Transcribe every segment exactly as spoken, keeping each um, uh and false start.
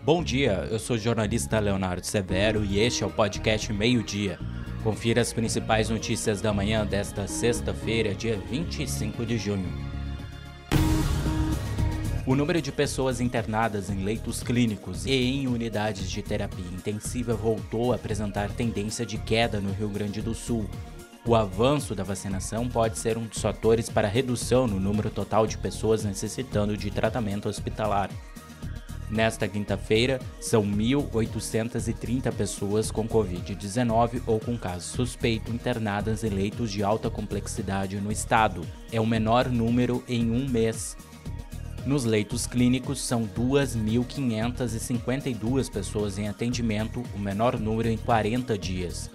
Bom dia, eu sou o jornalista Leonardo Severo e este é o podcast Meio Dia. Confira as principais notícias da manhã desta sexta-feira, dia vinte e cinco de junho. O número de pessoas internadas em leitos clínicos e em unidades de terapia intensiva voltou a apresentar tendência de queda no Rio Grande do Sul. O avanço da vacinação pode ser um dos fatores para a redução no número total de pessoas necessitando de tratamento hospitalar. Nesta quinta-feira, são mil oitocentas e trinta pessoas com covid dezenove ou com caso suspeito internadas em leitos de alta complexidade no estado. É o menor número em um mês. Nos leitos clínicos, são duas mil quinhentas e cinquenta e duas pessoas em atendimento, o menor número em quarenta dias.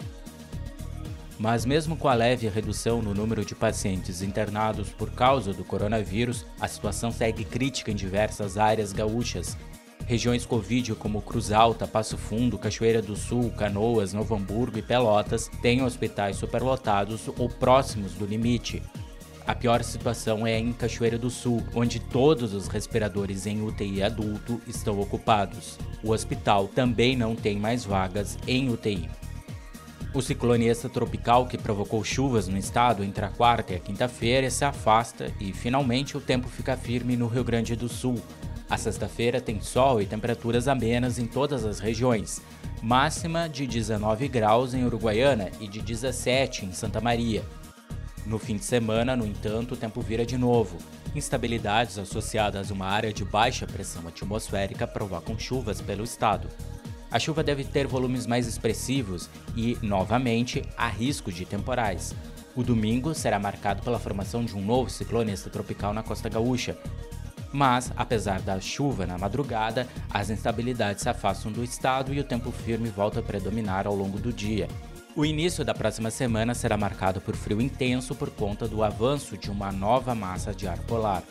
Mas mesmo com a leve redução no número de pacientes internados por causa do coronavírus, a situação segue crítica em diversas áreas gaúchas. Regiões Covid como Cruz Alta, Passo Fundo, Cachoeira do Sul, Canoas, Novo Hamburgo e Pelotas têm hospitais superlotados ou próximos do limite. A pior situação é em Cachoeira do Sul, onde todos os respiradores em U T I adulto estão ocupados. O hospital também não tem mais vagas em U T I. O ciclone extratropical que provocou chuvas no estado entre a quarta e a quinta-feira se afasta e, finalmente, o tempo fica firme no Rio Grande do Sul. A sexta-feira tem sol e temperaturas amenas em todas as regiões, máxima de dezenove graus em Uruguaiana e de dezessete em Santa Maria. No fim de semana, no entanto, o tempo vira de novo. Instabilidades associadas a uma área de baixa pressão atmosférica provocam chuvas pelo estado. A chuva deve ter volumes mais expressivos e, novamente, há risco de temporais. O domingo será marcado pela formação de um novo ciclone extratropical na costa gaúcha. Mas, apesar da chuva na madrugada, as instabilidades se afastam do estado e o tempo firme volta a predominar ao longo do dia. O início da próxima semana será marcado por frio intenso por conta do avanço de uma nova massa de ar polar.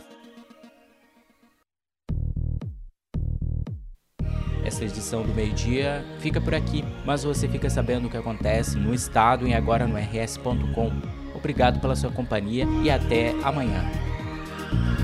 Essa edição do meio-dia fica por aqui, mas você fica sabendo o que acontece no estado e agora no R S ponto com. Obrigado pela sua companhia e até amanhã.